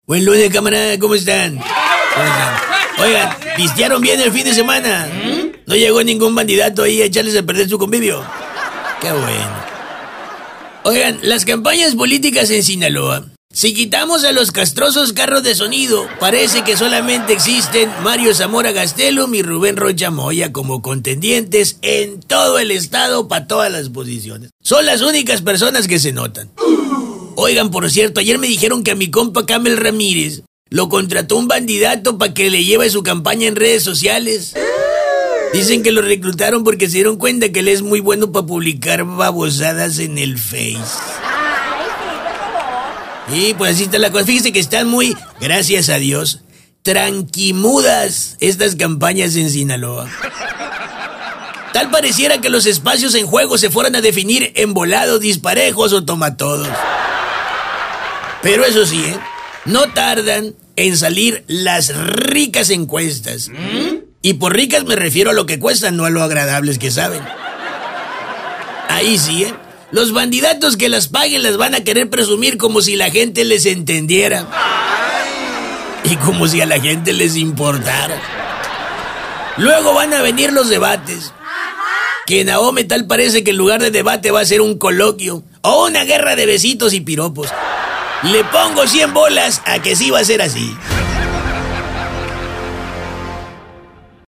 Buen lunes, camarada, ¿cómo están? Oigan, ¿pistearon bien el fin de semana? ¿No llegó ningún bandidato ahí a echarles a perder su convivio? Qué bueno. Oigan, las campañas políticas en Sinaloa. Si quitamos a los castrosos carros de sonido, parece que solamente existen Mario Zamora Gastelum y Rubén Rocha Moya como contendientes en todo el estado para todas las posiciones. Son las únicas personas que se notan. Oigan, por cierto, ayer me dijeron que a mi compa Camel Ramírez lo contrató un bandidato para que le lleve su campaña en redes sociales. Dicen que lo reclutaron porque se dieron cuenta que él es muy bueno para publicar babosadas en el Face. Y pues así está la cosa. Fíjese que están muy, gracias a Dios, tranquimudas estas campañas en Sinaloa. Tal pareciera que los espacios en juego se fueran a definir en volados, disparejos o tomatodos. Pero eso sí, no tardan en salir las ricas encuestas. Y por ricas me refiero a lo que cuestan, no a lo agradables que saben. Ahí sí, los bandidatos que las paguen las van a querer presumir como si la gente les entendiera. Y como si a la gente les importara. Luego van a venir los debates. Que en Ahome tal parece que en lugar de debate va a ser un coloquio o una guerra de besitos y piropos. Le pongo 100 bolas a que sí va a ser así.